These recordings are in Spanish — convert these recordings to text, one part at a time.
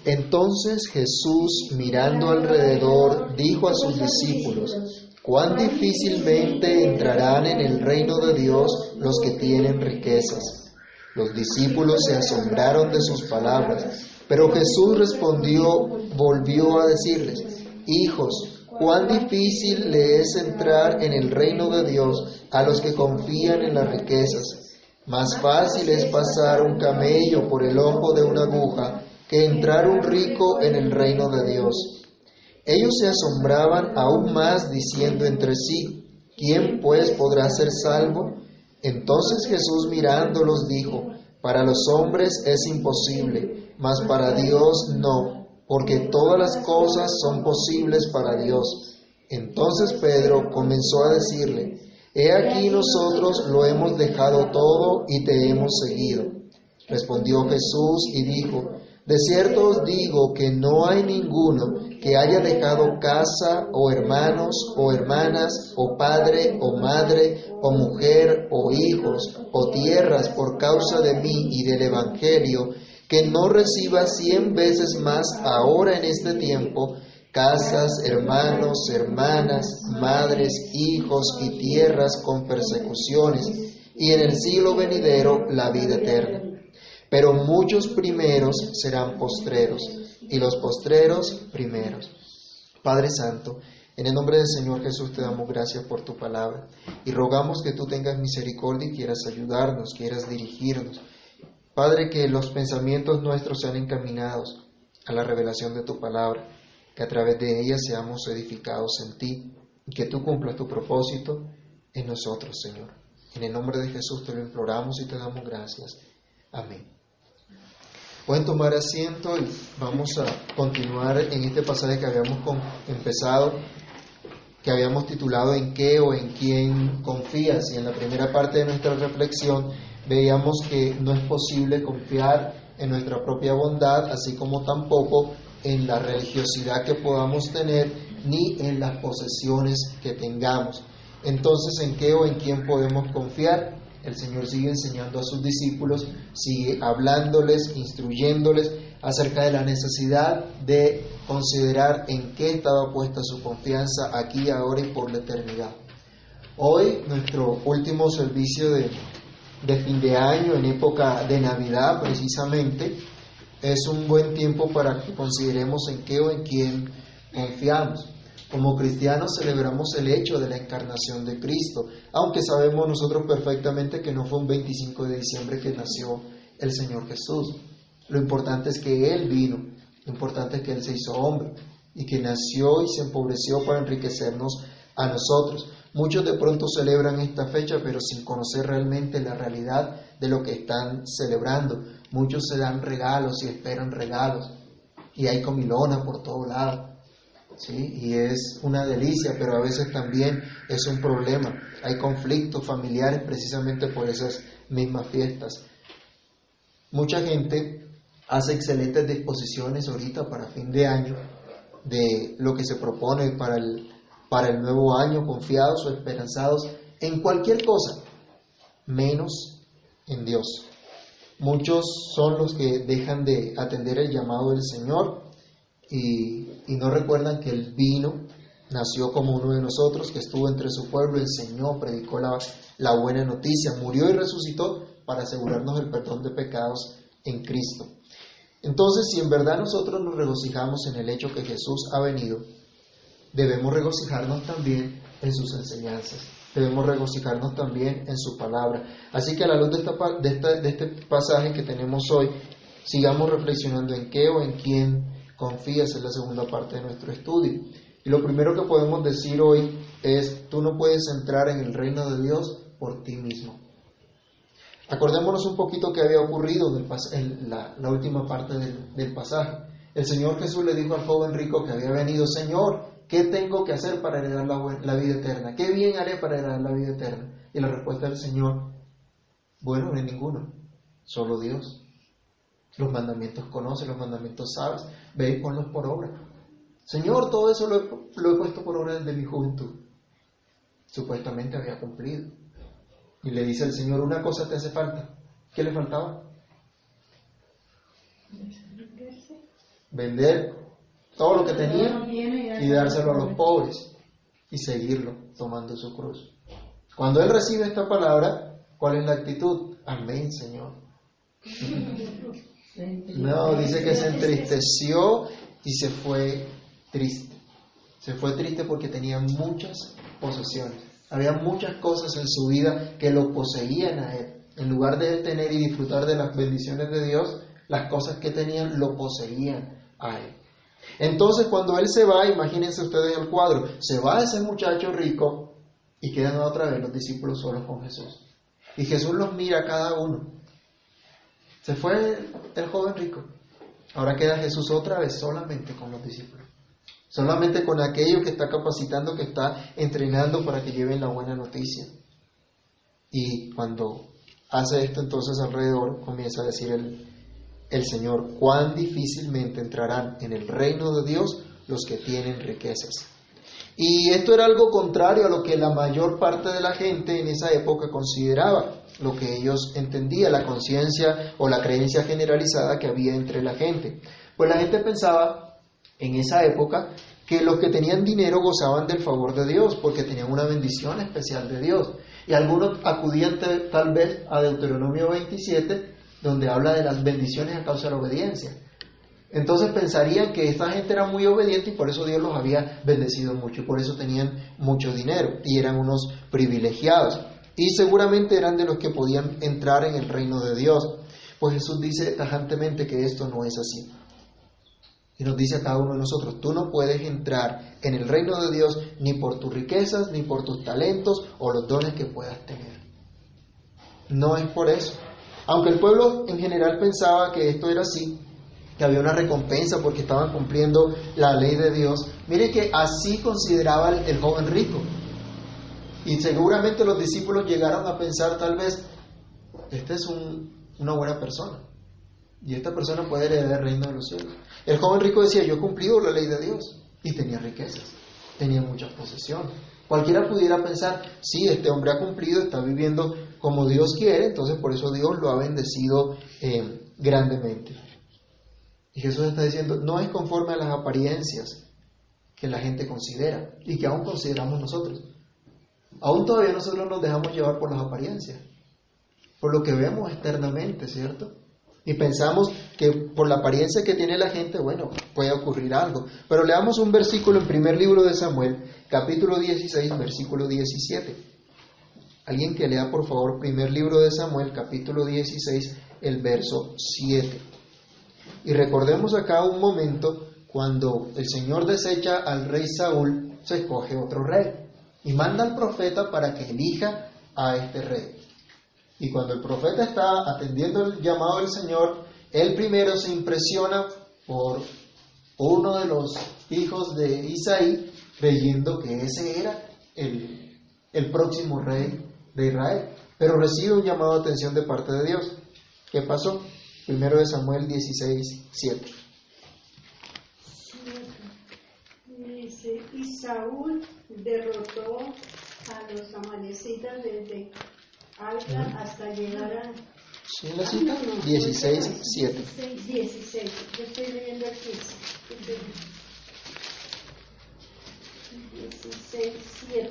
Entonces Jesús, mirando alrededor, dijo a sus discípulos: «Cuán difícilmente entrarán en el reino de Dios los que tienen riquezas». Los discípulos se asombraron de sus palabras, pero Jesús volvió a decirles: «Hijos, cuán difícil le es entrar en el reino de Dios a los que confían en las riquezas. Más fácil es pasar un camello por el ojo de una aguja que entrar un rico en el reino de Dios». Ellos se asombraban aún más, diciendo entre sí: «¿Quién pues podrá ser salvo?». Entonces Jesús, mirándolos, dijo: «Para los hombres es imposible, mas para Dios no, porque todas las cosas son posibles para Dios». Entonces Pedro comenzó a decirle: «He aquí, nosotros lo hemos dejado todo y te hemos seguido». Respondió Jesús y dijo: «De cierto os digo que no hay ninguno que haya dejado casa, o hermanos, o hermanas, o padre, o madre, o mujer, o hijos, o tierras por causa de mí y del Evangelio, que no reciba 100 veces más ahora en este tiempo, casas, hermanos, hermanas, madres, hijos y tierras con persecuciones, y en el siglo venidero la vida eterna. Pero muchos primeros serán postreros, y los postreros primeros». Padre Santo, en el nombre del Señor Jesús te damos gracias por tu palabra, y rogamos que tú tengas misericordia y quieras ayudarnos, quieras dirigirnos. Padre, que los pensamientos nuestros sean encaminados a la revelación de tu palabra, que a través de ella seamos edificados en ti, y que tú cumplas tu propósito en nosotros, Señor. En el nombre de Jesús te lo imploramos y te damos gracias. Amén. Pueden tomar asiento y vamos a continuar en este pasaje que habíamos empezado, que habíamos titulado «¿En qué o en quién confías?». Y en la primera parte de nuestra reflexión veíamos que no es posible confiar en nuestra propia bondad, así como tampoco en la religiosidad que podamos tener, ni en las posesiones que tengamos. Entonces, ¿en qué o en quién podemos confiar? El Señor sigue enseñando a sus discípulos, sigue hablándoles, instruyéndoles acerca de la necesidad de considerar en qué estaba puesta su confianza aquí, ahora y por la eternidad. Hoy, nuestro último servicio de fin de año, en época de Navidad precisamente, es un buen tiempo para que consideremos en qué o en quién confiamos. Como cristianos celebramos el hecho de la encarnación de Cristo, aunque sabemos nosotros perfectamente que no fue un 25 de diciembre que nació el Señor Jesús. Lo importante es que Él vino, lo importante es que Él se hizo hombre y que nació y se empobreció para enriquecernos a nosotros. Muchos de pronto celebran esta fecha, pero sin conocer realmente la realidad de lo que están celebrando. Muchos se dan regalos y esperan regalos, y hay comilona por todo lado. Sí, y es una delicia, pero a veces también es un problema. Hay conflictos familiares precisamente por esas mismas fiestas. Mucha gente hace excelentes disposiciones ahorita para fin de año de lo que se propone para el nuevo año, confiados o esperanzados en cualquier cosa, menos en Dios. Muchos son los que dejan de atender el llamado del Señor y no recuerdan que Él vino, nació como uno de nosotros, que estuvo entre su pueblo, enseñó, predicó la buena noticia, murió y resucitó para asegurarnos el perdón de pecados en Cristo. Entonces, si en verdad nosotros nos regocijamos en el hecho que Jesús ha venido, debemos regocijarnos también en sus enseñanzas, debemos regocijarnos también en su palabra. Así que a la luz de este pasaje que tenemos hoy, sigamos reflexionando en qué o en quién confías, en la segunda parte de nuestro estudio. Y lo primero que podemos decir hoy es: tú no puedes entrar en el reino de Dios por ti mismo. Acordémonos un poquito qué había ocurrido en la última parte del pasaje. El Señor Jesús le dijo al joven rico que había venido: Señor, ¿qué tengo que hacer para heredar la vida eterna? ¿Qué bien haré para heredar la vida eterna? Y la respuesta del Señor: bueno, no hay ninguno, solo Dios. Los mandamientos conoces, los mandamientos sabes, ve y ponlos por obra. Señor, todo eso lo he puesto por obra desde mi juventud. Supuestamente había cumplido. Y le dice el Señor: una cosa te hace falta. ¿Qué le faltaba? vender todo lo que tenía y dárselo a los pobres y seguirlo tomando su cruz. Cuando él recibe esta palabra, ¿cuál es la actitud? Amén, Señor. No, dice que se entristeció y se fue triste. Se fue triste porque tenía muchas posesiones. Había muchas cosas en su vida que lo poseían a él. En lugar de tener y disfrutar de las bendiciones de Dios, las cosas que tenían lo poseían a él. Entonces cuando él se va, imagínense ustedes el cuadro, se va ese muchacho rico y quedan otra vez los discípulos solos con Jesús. Y Jesús los mira a cada uno. Se fue el joven rico. Ahora queda Jesús otra vez solamente con los discípulos. Solamente con aquellos que está capacitando, que está entrenando para que lleven la buena noticia. Y cuando hace esto, entonces alrededor comienza a decir el Señor: cuán difícilmente entrarán en el reino de Dios los que tienen riquezas. Y esto era algo contrario a lo que la mayor parte de la gente en esa época consideraba, lo que ellos entendían, la conciencia o la creencia generalizada que había entre la gente. Pues la gente pensaba en esa época que los que tenían dinero gozaban del favor de Dios porque tenían una bendición especial de Dios. Y algunos acudían tal vez a Deuteronomio 27, donde habla de las bendiciones a causa de la obediencia. Entonces pensarían que esta gente era muy obediente y por eso Dios los había bendecido mucho y por eso tenían mucho dinero y eran unos privilegiados. Y seguramente eran de los que podían entrar en el reino de Dios. Pues Jesús dice tajantemente que esto no es así. Y nos dice a cada uno de nosotros: tú no puedes entrar en el reino de Dios ni por tus riquezas, ni por tus talentos o los dones que puedas tener. No es por eso. Aunque el pueblo en general pensaba que esto era así, que había una recompensa porque estaban cumpliendo la ley de Dios, mire que así consideraba el joven rico. Y seguramente los discípulos llegaron a pensar tal vez: este es una buena persona y esta persona puede heredar el reino de los cielos. El joven rico decía: yo he cumplido la ley de Dios, y tenía riquezas, tenía muchas posesiones. Cualquiera pudiera pensar: sí, este hombre ha cumplido, está viviendo como Dios quiere, entonces por eso Dios lo ha bendecido grandemente. Y Jesús está diciendo: no es conforme a las apariencias que la gente considera y que aún consideramos nosotros. Aún todavía nosotros nos dejamos llevar por las apariencias, por lo que vemos externamente, ¿cierto? Y pensamos que por la apariencia que tiene la gente, bueno, puede ocurrir algo. Pero leamos un versículo en primer libro de Samuel, capítulo 16, versículo 17. Alguien que lea, por favor, primer libro de Samuel, capítulo 16, el verso 7. Y recordemos acá un momento cuando el Señor desecha al rey Saúl, se escoge otro rey y manda al profeta para que elija a este rey. Y cuando el profeta está atendiendo el llamado del Señor, él primero se impresiona por uno de los hijos de Isaí, creyendo que ese era el próximo rey de Israel. Pero recibe un llamado de atención de parte de Dios. ¿Qué pasó? Primero de Samuel 16, 7. Dice: y Saúl derrotó a los amalecitas desde Alta hasta llegar a... ¿Sí la cita? 16, 7. 16, yo estoy leyendo el 15. 16, 7.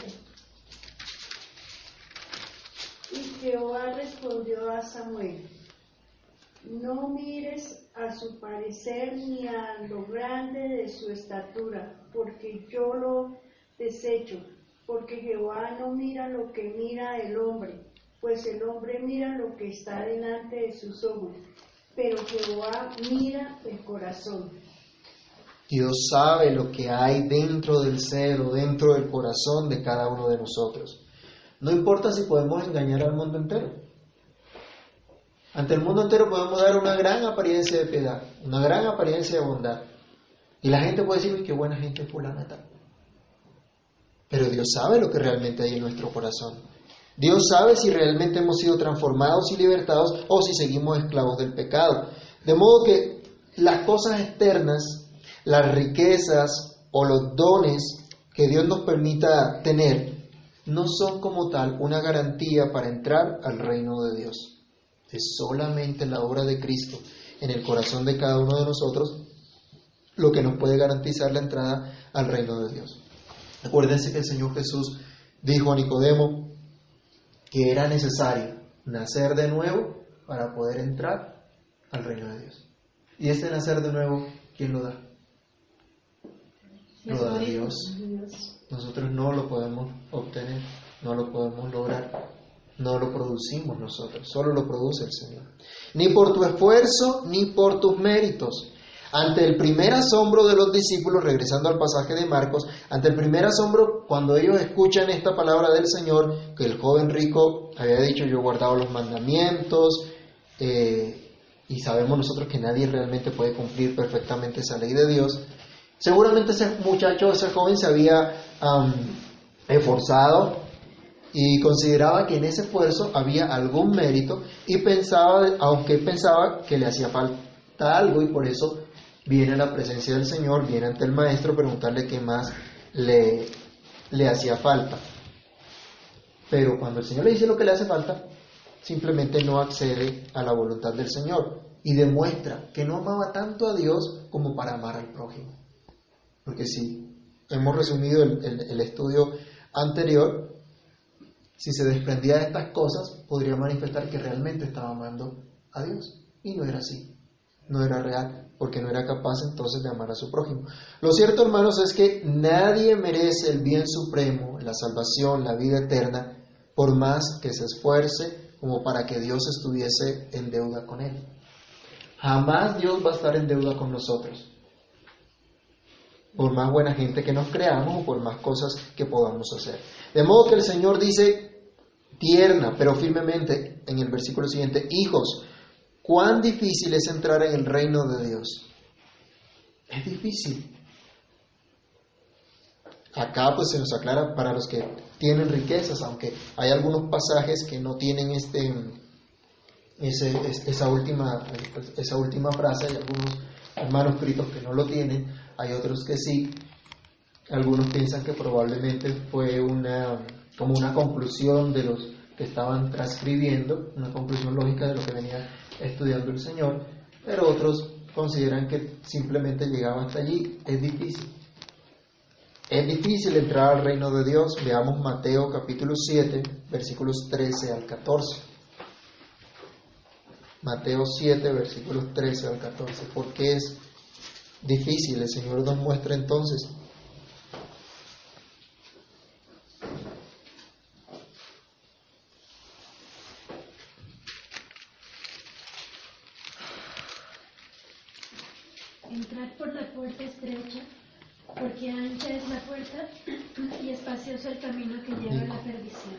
Y Jehová respondió a Samuel: no mires a su parecer ni a lo grande de su estatura, porque yo lo desecho. Porque Jehová no mira lo que mira el hombre, pues el hombre mira lo que está delante de sus ojos, pero Jehová mira el corazón. Dios sabe lo que hay dentro del ser o dentro del corazón de cada uno de nosotros. No importa si podemos engañar al mundo entero. Ante el mundo entero podemos dar una gran apariencia de piedad, una gran apariencia de bondad. Y la gente puede decir: uy, qué buena gente fulana tal. Pero Dios sabe lo que realmente hay en nuestro corazón. Dios sabe si realmente hemos sido transformados y libertados o si seguimos esclavos del pecado. De modo que las cosas externas, las riquezas o los dones que Dios nos permita tener, no son como tal una garantía para entrar al reino de Dios. Es solamente la obra de Cristo en el corazón de cada uno de nosotros lo que nos puede garantizar la entrada al reino de Dios. Acuérdense que el Señor Jesús dijo a Nicodemo que era necesario nacer de nuevo para poder entrar al reino de Dios. Y este nacer de nuevo, ¿quién lo da? Lo da Dios. Nosotros no lo podemos obtener, no lo podemos lograr, no lo producimos nosotros, solo lo produce el Señor. Ni por tu esfuerzo, ni por tus méritos. Ante el primer asombro de los discípulos, regresando al pasaje de Marcos, ante el primer asombro, cuando ellos escuchan esta palabra del Señor, que el joven rico había dicho, yo he guardado los mandamientos, y sabemos nosotros que nadie realmente puede cumplir perfectamente esa ley de Dios, seguramente ese muchacho, ese joven se había esforzado y consideraba que en ese esfuerzo había algún mérito y aunque pensaba que le hacía falta algo, y por eso viene a la presencia del Señor, viene ante el maestro a preguntarle qué más le hacía falta. Pero cuando el Señor le dice lo que le hace falta, simplemente no accede a la voluntad del Señor y demuestra que no amaba tanto a Dios como para amar al prójimo. Porque si hemos resumido el estudio anterior, si se desprendía de estas cosas, podría manifestar que realmente estaba amando a Dios. Y no era así, no era real, porque no era capaz entonces de amar a su prójimo. Lo cierto, hermanos, es que nadie merece el bien supremo, la salvación, la vida eterna, por más que se esfuerce como para que Dios estuviese en deuda con él. Jamás Dios va a estar en deuda con nosotros, por más buena gente que nos creamos o por más cosas que podamos hacer. De modo que el Señor dice tierna pero firmemente en el versículo siguiente: hijos, cuán difícil es entrar en el reino de Dios. Es difícil. Acá pues se nos aclara para los que tienen riquezas, aunque hay algunos pasajes que no tienen esa última frase, hay algunos manuscritos que no lo tienen, hay otros que sí. Algunos piensan que probablemente fue como una conclusión de los que estaban transcribiendo, una conclusión lógica de lo que venía estudiando el Señor, pero otros consideran que simplemente llegaba hasta allí. Es difícil. Es difícil entrar al reino de Dios. Veamos Mateo capítulo 7, versículos 13 al 14. Mateo 7, versículos 13 al 14. ¿Por qué es difícil? El Señor nos muestra entonces. Entrad por la puerta estrecha, porque ancha es la puerta y espacioso el camino que lleva a la perdición.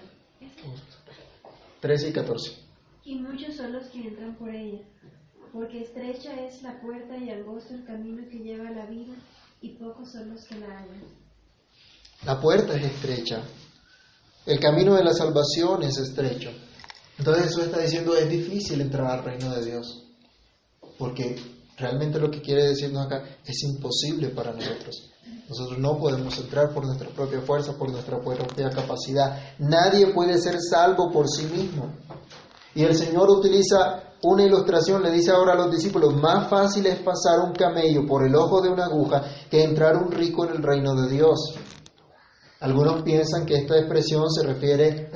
13 y 14. Y muchos son los que entran por ella, porque estrecha es la puerta y angosto el camino que lleva a la vida, y pocos son los que la hallan. La puerta es estrecha, el camino de la salvación es estrecho. Entonces Jesús está diciendo, es difícil entrar al reino de Dios, porque realmente lo que quiere decirnos acá es imposible para nosotros. Nosotros no podemos entrar por nuestra propia fuerza, por nuestra propia capacidad. Nadie puede ser salvo por sí mismo. Y el Señor utiliza una ilustración, le dice ahora a los discípulos: más fácil es pasar un camello por el ojo de una aguja que entrar un rico en el reino de Dios. Algunos piensan que esta expresión se refiere,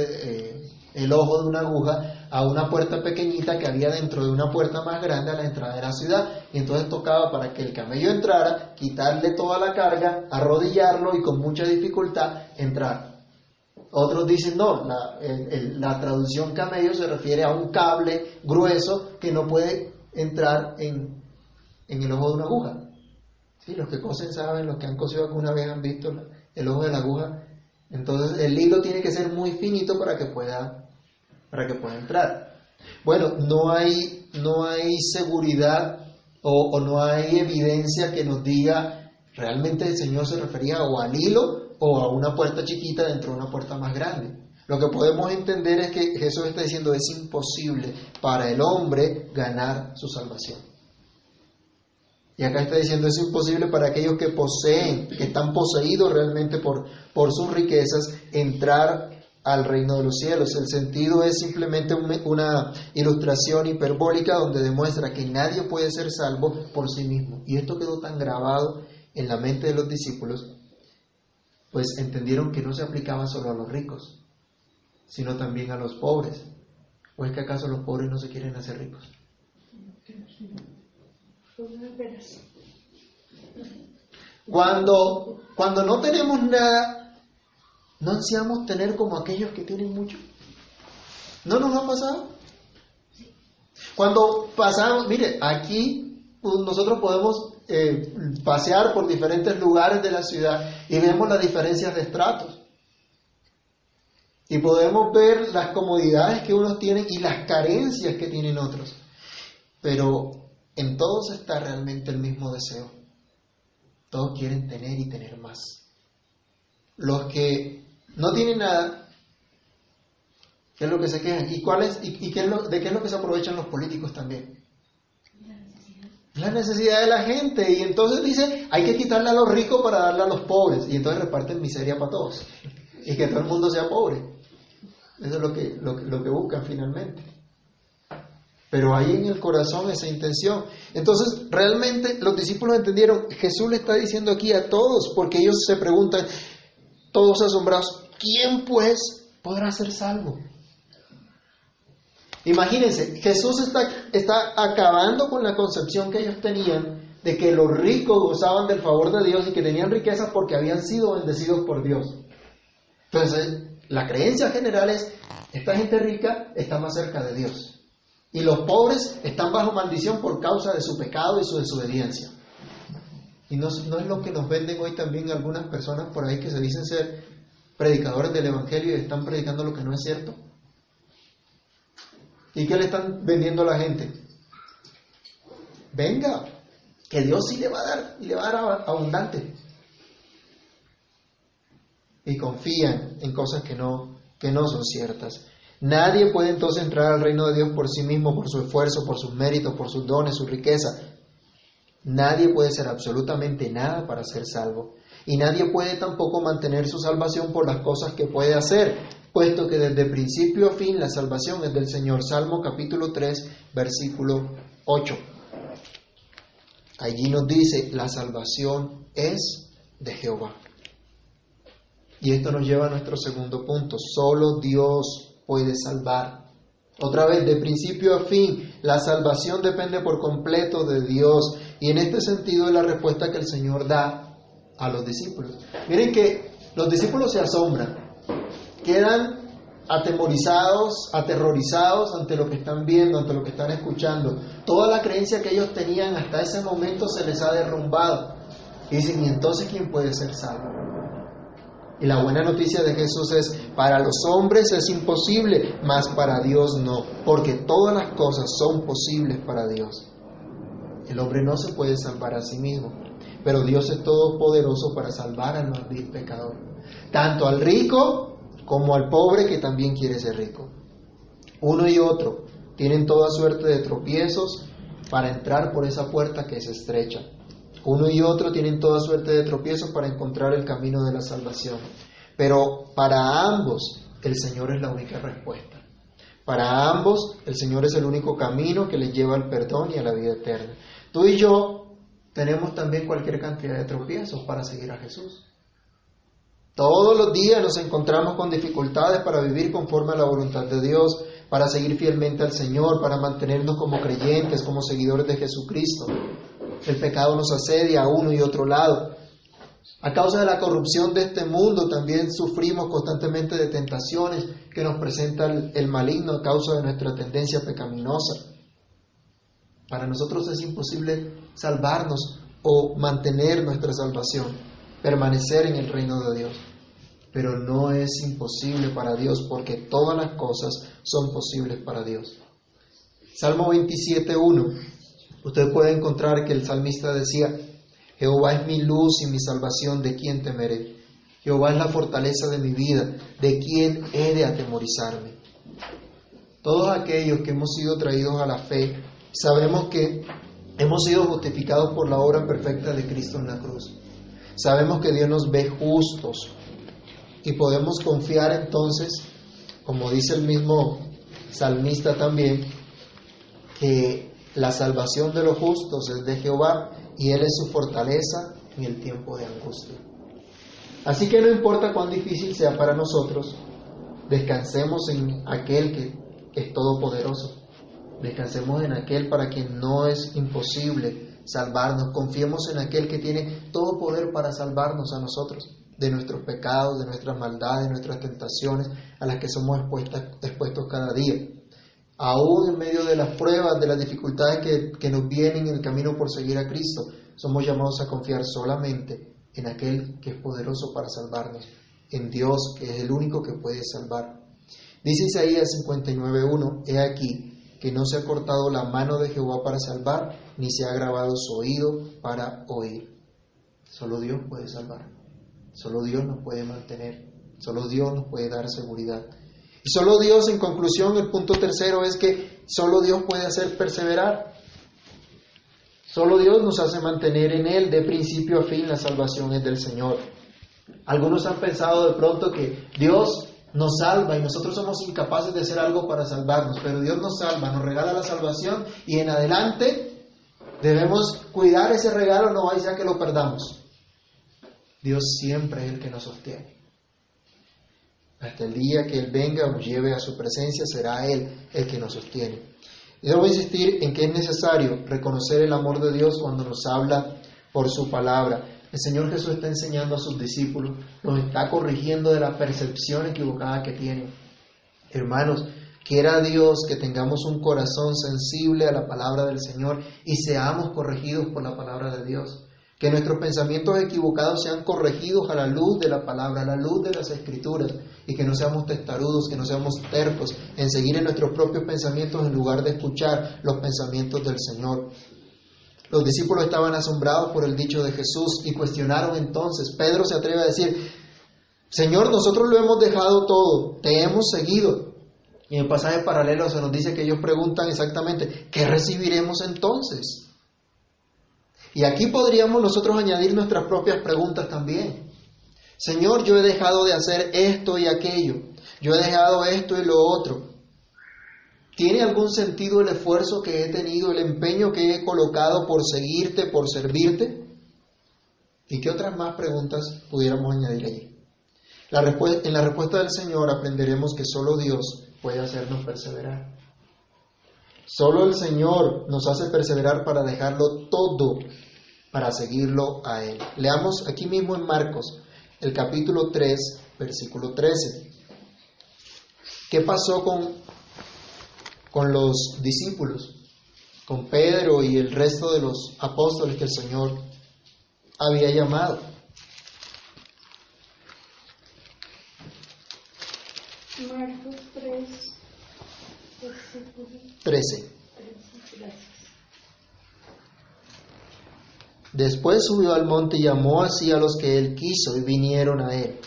el ojo de una aguja, a una puerta pequeñita que había dentro de una puerta más grande a la entrada de la ciudad. Y entonces tocaba, para que el camello entrara, quitarle toda la carga, arrodillarlo y con mucha dificultad entrar. Otros dicen no, la traducción camello se refiere a un cable grueso que no puede entrar en el ojo de una aguja. ¿Sí? Los que cosen saben, los que han cosido alguna vez han visto el ojo de la aguja. Entonces el hilo tiene que ser muy finito para que pueda entrar. Bueno, no hay seguridad o no hay evidencia que nos diga realmente el Señor se refería o al hilo o a una puerta chiquita dentro de una puerta más grande. Lo que podemos entender es que Jesús está diciendo es imposible para el hombre ganar su salvación. Y acá está diciendo es imposible para aquellos que poseen, que están poseídos realmente por sus riquezas, entrar al reino de los cielos. El sentido es simplemente una ilustración hiperbólica donde demuestra que nadie puede ser salvo por sí mismo. Y esto quedó tan grabado en la mente de los discípulos, pues entendieron que no se aplicaba solo a los ricos, sino también a los pobres. ¿O es que acaso los pobres no se quieren hacer ricos? Cuando no tenemos nada, ¿no ansiamos tener como aquellos que tienen mucho? ¿No nos ha pasado? Cuando pasamos, mire, aquí nosotros podemos pasear por diferentes lugares de la ciudad y vemos las diferencias de estratos. Y podemos ver las comodidades que unos tienen y las carencias que tienen otros. Pero en todos está realmente el mismo deseo. Todos quieren tener y tener más. Los que no tienen nada, ¿qué es lo que se quejan? ¿Y de qué es lo que se aprovechan los políticos también? La necesidad de la gente. Y entonces dice, hay que quitarle a los ricos para darle a los pobres. Y entonces reparten miseria para todos. Y que todo el mundo sea pobre. Eso es lo que buscan finalmente. Pero hay en el corazón esa intención. Entonces, realmente los discípulos entendieron, Jesús le está diciendo aquí a todos, porque ellos se preguntan, todos asombrados, ¿quién pues podrá ser salvo? Imagínense, Jesús está acabando con la concepción que ellos tenían de que los ricos gozaban del favor de Dios y que tenían riquezas porque habían sido bendecidos por Dios. Entonces, la creencia general es, esta gente rica está más cerca de Dios. Y los pobres están bajo maldición por causa de su pecado y su desobediencia. Y no es lo que nos venden hoy también algunas personas por ahí que se dicen ser predicadores del Evangelio y están predicando lo que no es cierto. ¿Y qué le están vendiendo a la gente? Venga, que Dios sí le va a dar, y le va a dar abundante. Y confían en cosas que no son ciertas. Nadie puede entonces entrar al reino de Dios por sí mismo, por su esfuerzo, por sus méritos, por sus dones, su riqueza. Nadie puede ser absolutamente nada para ser salvo. Y nadie puede tampoco mantener su salvación por las cosas que puede hacer, puesto que desde principio a fin la salvación es del Señor. Salmo capítulo 3, versículo 8. Allí nos dice, la salvación es de Jehová. Y esto nos lleva a nuestro segundo punto. Solo Dios puede salvar. Otra vez, de principio a fin, la salvación depende por completo de Dios. Y en este sentido es la respuesta que el Señor da a los discípulos. Miren que los discípulos se asombran, quedan atemorizados, aterrorizados ante lo que están viendo, ante lo que están escuchando. Toda la creencia que ellos tenían hasta ese momento se les ha derrumbado. Y dicen, ¿y entonces quién puede ser salvo? Y la buena noticia de Jesús es, para los hombres es imposible, mas para Dios no, porque todas las cosas son posibles para Dios. El hombre no se puede salvar a sí mismo, pero Dios es todopoderoso para salvar al más vil pecador, tanto al rico como al pobre que también quiere ser rico. Uno y otro tienen toda suerte de tropiezos para entrar por esa puerta que es estrecha. Uno y otro tienen toda suerte de tropiezos para encontrar el camino de la salvación. Pero para ambos el Señor es la única respuesta. Para ambos el Señor es el único camino que les lleva al perdón y a la vida eterna. Tú y yo tenemos también cualquier cantidad de tropiezos para seguir a Jesús. Todos los días nos encontramos con dificultades para vivir conforme a la voluntad de Dios, para seguir fielmente al Señor, para mantenernos como creyentes, como seguidores de Jesucristo. El pecado nos asedia a uno y otro lado. A causa de la corrupción de este mundo también sufrimos constantemente de tentaciones que nos presenta el maligno a causa de nuestra tendencia pecaminosa. Para nosotros es imposible salvarnos o mantener nuestra salvación, permanecer en el reino de Dios. Pero no es imposible para Dios, porque todas las cosas son posibles para Dios. Salmo 27:1. Usted puede encontrar que el salmista decía, Jehová es mi luz y mi salvación, ¿de quién temeré? Jehová es la fortaleza de mi vida, ¿de quién he de atemorizarme? Todos aquellos que hemos sido traídos a la fe, sabemos que hemos sido justificados por la obra perfecta de Cristo en la cruz. Sabemos que Dios nos ve justos y podemos confiar entonces como dice el mismo salmista también, que la salvación de los justos es de Jehová y Él es su fortaleza en el tiempo de angustia. Así que no importa cuán difícil sea para nosotros, descansemos en aquel que es todopoderoso. Descansemos en aquel para quien no es imposible salvarnos. Confiemos en aquel que tiene todo poder para salvarnos a nosotros de nuestros pecados, de nuestras maldades, de nuestras tentaciones a las que somos expuestos cada día. Aún en medio de las pruebas, de las dificultades que nos vienen en el camino por seguir a Cristo, somos llamados a confiar solamente en aquel que es poderoso para salvarnos, en Dios, que es el único que puede salvar. Dice Isaías 59:1, he aquí que no se ha cortado la mano de Jehová para salvar, ni se ha agravado su oído para oír. Solo Dios puede salvar, solo Dios nos puede mantener, solo Dios nos puede dar seguridad. Y solo Dios, en conclusión, el punto tercero es que solo Dios puede hacer perseverar. Solo Dios nos hace mantener en Él de principio a fin. La salvación es del Señor. Algunos han pensado de pronto que Dios nos salva y nosotros somos incapaces de hacer algo para salvarnos, pero Dios nos salva, nos regala la salvación y en adelante debemos cuidar ese regalo, no vaya a ser que lo perdamos. Dios siempre es el que nos sostiene. Hasta el día que Él venga o nos lleve a su presencia, será Él el que nos sostiene. Y debo insistir en que es necesario reconocer el amor de Dios cuando nos habla por su palabra. El Señor Jesús está enseñando a sus discípulos, nos está corrigiendo de la percepción equivocada que tienen. Hermanos, quiera Dios que tengamos un corazón sensible a la palabra del Señor y seamos corregidos por la palabra de Dios. Que nuestros pensamientos equivocados sean corregidos a la luz de la palabra, a la luz de las Escrituras, y que no seamos testarudos, que no seamos tercos en seguir en nuestros propios pensamientos en lugar de escuchar los pensamientos del Señor. Los discípulos estaban asombrados por el dicho de Jesús y cuestionaron entonces. Pedro se atreve a decir, Señor, nosotros lo hemos dejado todo, te hemos seguido. Y en el pasaje paralelo se nos dice que ellos preguntan exactamente, ¿qué recibiremos entonces? Y aquí podríamos nosotros añadir nuestras propias preguntas también. Señor, yo he dejado de hacer esto y aquello. Yo he dejado esto y lo otro. ¿Tiene algún sentido el esfuerzo que he tenido, el empeño que he colocado por seguirte, por servirte? ¿Y qué otras más preguntas pudiéramos añadir allí? En la respuesta del Señor aprenderemos que solo Dios puede hacernos perseverar. Solo el Señor nos hace perseverar para dejarlo todo, para seguirlo a Él. Leamos aquí mismo en Marcos, el capítulo 3, versículo 13. ¿Qué pasó con los discípulos? Con Pedro y el resto de los apóstoles que el Señor había llamado. Marcos 3, versículo 13. Gracias. Después subió al monte y llamó así a los que Él quiso y vinieron a Él.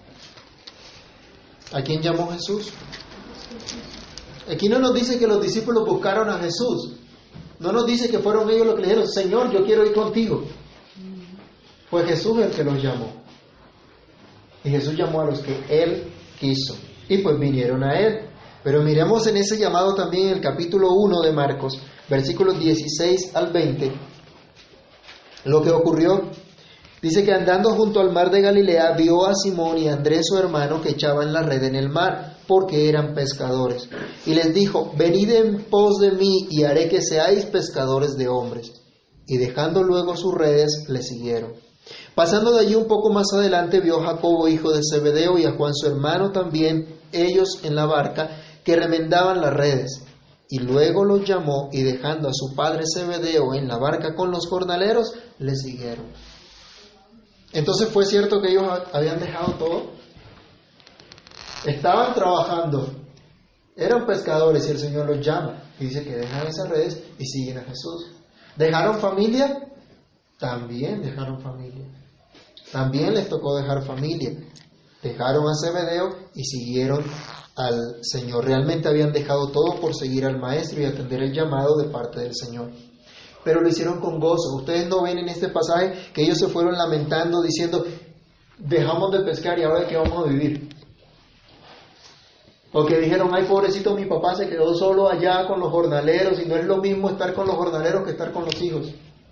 ¿A quién llamó Jesús? Aquí no nos dice que los discípulos buscaron a Jesús. No nos dice que fueron ellos los que le dijeron, Señor, yo quiero ir contigo. Fue Jesús el que los llamó. Y Jesús llamó a los que Él quiso. Y pues vinieron a Él. Pero miremos en ese llamado también en el capítulo 1 de Marcos, versículos 16 al 20. Lo que ocurrió, dice que andando junto al mar de Galilea, vio a Simón y a Andrés su hermano que echaban la red en el mar, porque eran pescadores. Y les dijo, venid en pos de mí y haré que seáis pescadores de hombres. Y dejando luego sus redes, le siguieron. Pasando de allí un poco más adelante, vio a Jacobo, hijo de Zebedeo, y a Juan su hermano también, ellos en la barca, que remendaban las redes. Y luego los llamó, y dejando a su padre Zebedeo en la barca con los jornaleros, le siguieron. Entonces, ¿fue cierto que ellos habían dejado todo? Estaban trabajando, eran pescadores y el Señor los llama y dice que dejan esas redes y siguen a Jesús. ¿Dejaron familia? También dejaron familia. También les tocó dejar familia. Dejaron a Zebedeo y siguieron al Señor. Realmente habían dejado todo por seguir al Maestro y atender el llamado de parte del Señor. Pero lo hicieron con gozo. Ustedes no ven en este pasaje que ellos se fueron lamentando diciendo, dejamos de pescar y ahora ¿de qué vamos a vivir? O que dijeron, ay, pobrecito, mi papá se quedó solo allá con los jornaleros y no es lo mismo estar con los jornaleros que estar con los hijos.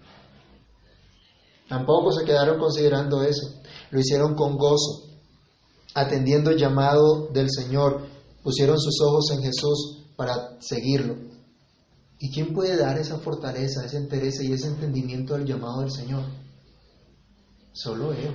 Tampoco se quedaron considerando eso. Lo hicieron con gozo, atendiendo el llamado del Señor. Pusieron sus ojos en Jesús para seguirlo. ¿Y quién puede dar esa fortaleza, esa entereza y ese entendimiento del llamado del Señor? Solo Él.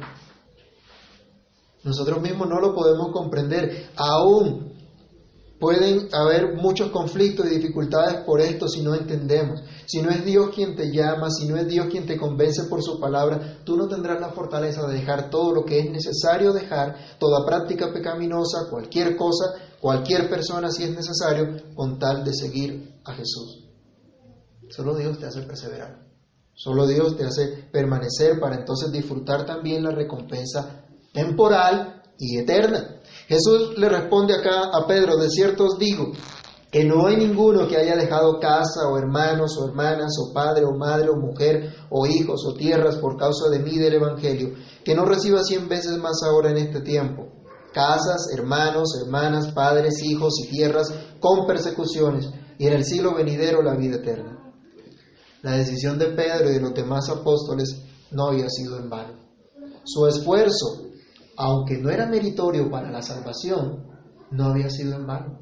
Nosotros mismos no lo podemos comprender. Aún pueden haber muchos conflictos y dificultades por esto si no entendemos. Si no es Dios quien te llama, si no es Dios quien te convence por su palabra, tú no tendrás la fortaleza de dejar todo lo que es necesario dejar, toda práctica pecaminosa, cualquier cosa, cualquier persona si es necesario, con tal de seguir a Jesús. Solo Dios te hace perseverar. Solo Dios te hace permanecer para entonces disfrutar también la recompensa temporal y eterna. Jesús le responde acá a Pedro, de cierto os digo, que no hay ninguno que haya dejado casa o hermanos o hermanas o padre o madre o mujer o hijos o tierras por causa de mí y del Evangelio, que no reciba 100 veces más ahora en este tiempo, casas, hermanos, hermanas, padres, hijos y tierras con persecuciones, y en el siglo venidero la vida eterna. La decisión de Pedro y de los demás apóstoles no había sido en vano. Su esfuerzo, aunque no era meritorio para la salvación, no había sido en vano.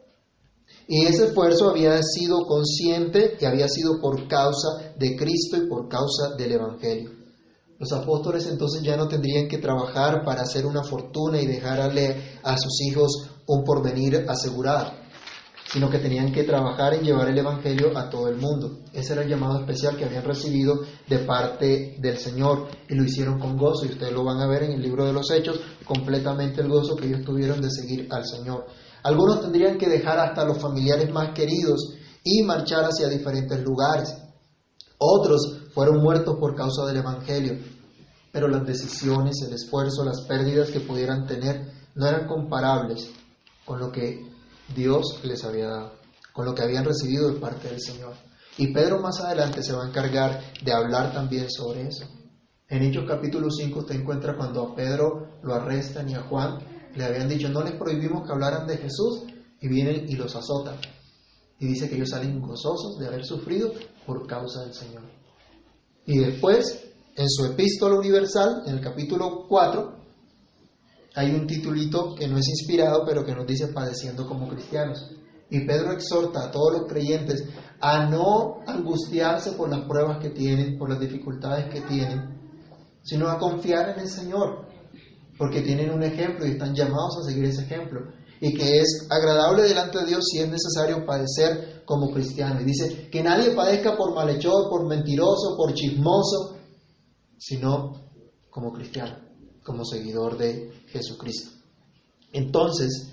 Y ese esfuerzo había sido consciente y había sido por causa de Cristo y por causa del Evangelio. Los apóstoles entonces ya no tendrían que trabajar para hacer una fortuna y dejarle a sus hijos un porvenir asegurado, sino que tenían que trabajar en llevar el Evangelio a todo el mundo. Ese era el llamado especial que habían recibido de parte del Señor, y lo hicieron con gozo, y ustedes lo van a ver en el libro de los Hechos, completamente el gozo que ellos tuvieron de seguir al Señor. Algunos tendrían que dejar hasta los familiares más queridos y marchar hacia diferentes lugares. Otros fueron muertos por causa del Evangelio, pero las decisiones, el esfuerzo, las pérdidas que pudieran tener no eran comparables con lo que Dios les había dado, con lo que habían recibido de parte del Señor. Y Pedro más adelante se va a encargar de hablar también sobre eso. En Hechos capítulo 5 usted encuentra cuando a Pedro lo arrestan y a Juan le habían dicho, no les prohibimos que hablaran de Jesús, y vienen y los azotan. Y dice que ellos salen gozosos de haber sufrido por causa del Señor. Y después, en su epístola universal, en el capítulo 4, hay un titulito que no es inspirado, pero que nos dice padeciendo como cristianos. Y Pedro exhorta a todos los creyentes a no angustiarse por las pruebas que tienen, por las dificultades que tienen, sino a confiar en el Señor, porque tienen un ejemplo y están llamados a seguir ese ejemplo, y que es agradable delante de Dios si es necesario padecer como cristiano. Y dice que nadie padezca por malhechor, por mentiroso, por chismoso, sino como cristiano, como seguidor de Jesucristo. Entonces,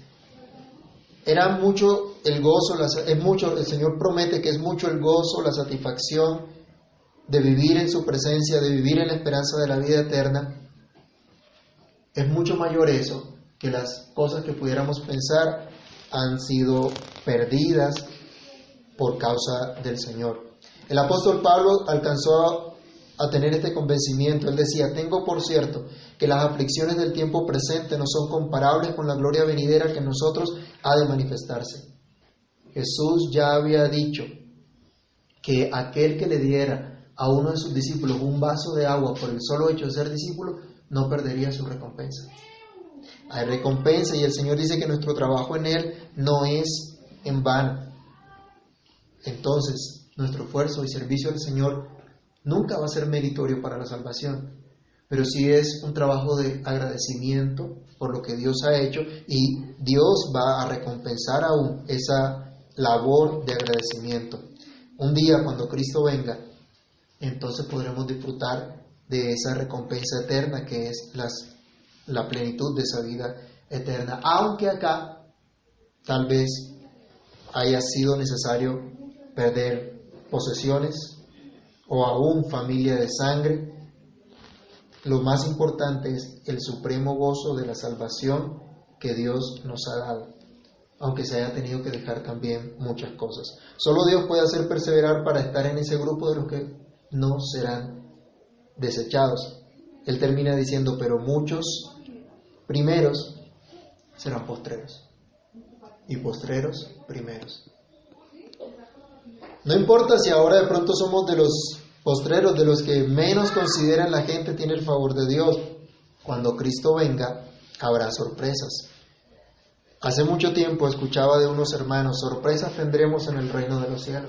era mucho el gozo, es mucho, el Señor promete que es mucho el gozo, la satisfacción de vivir en su presencia, de vivir en la esperanza de la vida eterna. Es mucho mayor eso que las cosas que pudiéramos pensar han sido perdidas por causa del Señor. El apóstol Pablo alcanzó a tener este convencimiento. Él decía, tengo por cierto que las aflicciones del tiempo presente no son comparables con la gloria venidera que en nosotros ha de manifestarse. Jesús ya había dicho que aquel que le diera a uno de sus discípulos un vaso de agua por el solo hecho de ser discípulo, no perdería su recompensa. Hay recompensa, y el Señor dice que nuestro trabajo en Él no es en vano. Entonces, nuestro esfuerzo y servicio al Señor nunca va a ser meritorio para la salvación, pero sí es un trabajo de agradecimiento por lo que Dios ha hecho, y Dios va a recompensar aún esa labor de agradecimiento. Un día, cuando Cristo venga, entonces podremos disfrutar de esa recompensa eterna que es la plenitud de esa vida eterna, aunque acá tal vez haya sido necesario perder posesiones o aún familia de sangre. Lo más importante es el supremo gozo de la salvación que Dios nos ha dado, aunque se haya tenido que dejar también muchas cosas. Solo Dios puede hacer perseverar para estar en ese grupo de los que no serán desechados. Él termina diciendo, pero muchos primeros serán postreros. y postreros primeros. No importa si ahora de pronto somos de los postreros, de los que menos consideran la gente tiene el favor de Dios. Cuando Cristo venga, habrá sorpresas. Hace mucho tiempo escuchaba de unos hermanos: sorpresas tendremos en el reino de los cielos.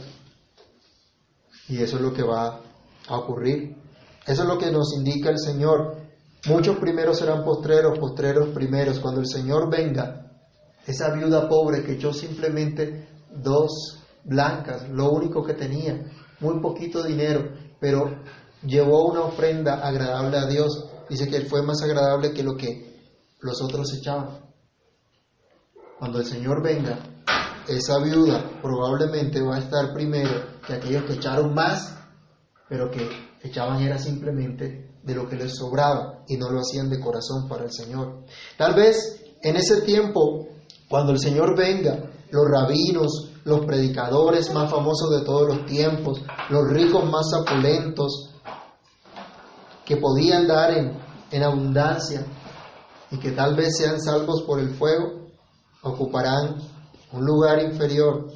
Y eso es lo que va a ocurrir. Eso es lo que nos indica el Señor. Muchos primeros serán postreros, postreros primeros. Cuando el Señor venga, esa viuda pobre que echó simplemente 2 blancas, lo único que tenía, muy poquito dinero, pero llevó una ofrenda agradable a Dios. Dice que fue más agradable que lo que los otros echaban. Cuando el Señor venga, esa viuda probablemente va a estar primero que aquellos que echaron más, pero que echaban era simplemente de lo que les sobraba y no lo hacían de corazón para el Señor. Tal vez en ese tiempo, cuando el Señor venga, los rabinos, los predicadores más famosos de todos los tiempos, los ricos más opulentos, que podían dar en abundancia y que tal vez sean salvos por el fuego, ocuparán un lugar inferior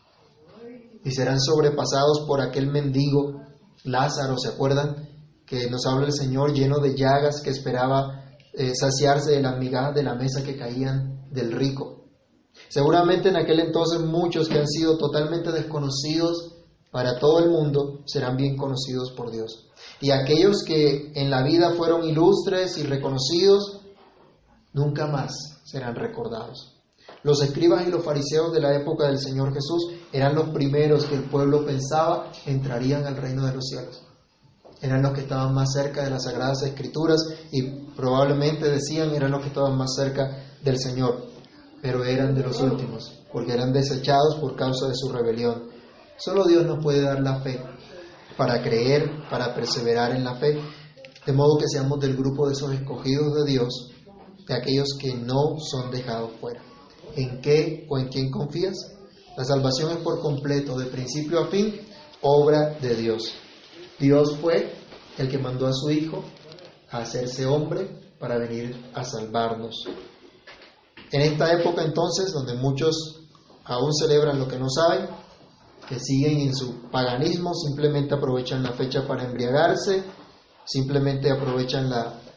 y serán sobrepasados por aquel mendigo Lázaro. ¿Se acuerdan que nos habla el Señor, lleno de llagas, que esperaba saciarse de las migajas de la mesa que caían del rico? Seguramente en aquel entonces muchos que han sido totalmente desconocidos para todo el mundo serán bien conocidos por Dios. Y aquellos que en la vida fueron ilustres y reconocidos, nunca más serán recordados. Los escribas y los fariseos de la época del Señor Jesús eran los primeros que el pueblo pensaba entrarían al reino de los cielos. Eran los que estaban más cerca de las Sagradas Escrituras y probablemente decían eran los que estaban más cerca del Señor, pero eran de los últimos, porque eran desechados por causa de su rebelión. Solo Dios nos puede dar la fe para creer, para perseverar en la fe, de modo que seamos del grupo de esos escogidos de Dios, de aquellos que no son dejados fuera. ¿En qué o en quién confías? La salvación es por completo, de principio a fin, obra de Dios. Dios fue el que mandó a su Hijo a hacerse hombre para venir a salvarnos. En esta época entonces, donde muchos aún celebran lo que no saben, que siguen en su paganismo, simplemente aprovechan la fecha para embriagarse, simplemente aprovechan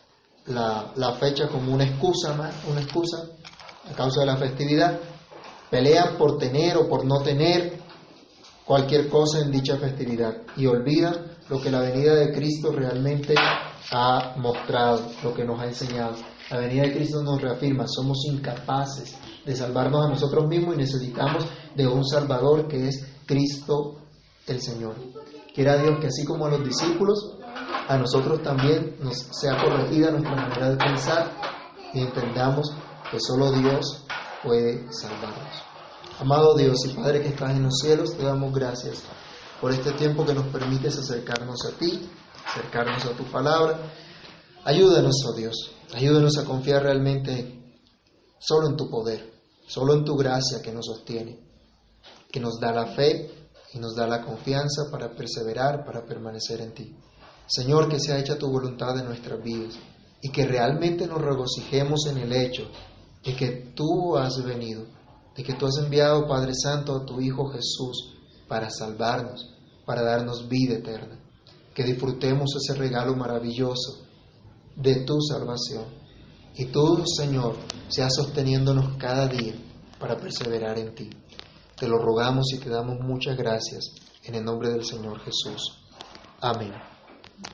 la fecha como una excusa a causa de la festividad, pelean por tener o por no tener cualquier cosa en dicha festividad y olvidan lo que la venida de Cristo realmente ha mostrado, lo que nos ha enseñado. La venida de Cristo nos reafirma: somos incapaces de salvarnos a nosotros mismos y necesitamos de un Salvador que es Cristo el Señor. Quiera Dios que así como a los discípulos, a nosotros también nos sea corregida nuestra manera de pensar y entendamos que solo Dios puede salvarnos. Amado Dios y Padre que estás en los cielos, te damos gracias por este tiempo que nos permites acercarnos a ti, acercarnos a tu palabra. Ayúdanos, oh Dios, ayúdanos a confiar realmente solo en tu poder, solo en tu gracia que nos sostiene, que nos da la fe y nos da la confianza para perseverar, para permanecer en ti. Señor, que sea hecha tu voluntad en nuestras vidas y que realmente nos regocijemos en el hecho de que tú has venido, de que tú has enviado, Padre Santo, a tu Hijo Jesús para salvarnos, para darnos vida eterna. Que disfrutemos ese regalo maravilloso de tu salvación. Y tú, Señor, seas sosteniéndonos cada día para perseverar en ti. Te lo rogamos y te damos muchas gracias en el nombre del Señor Jesús. Amén.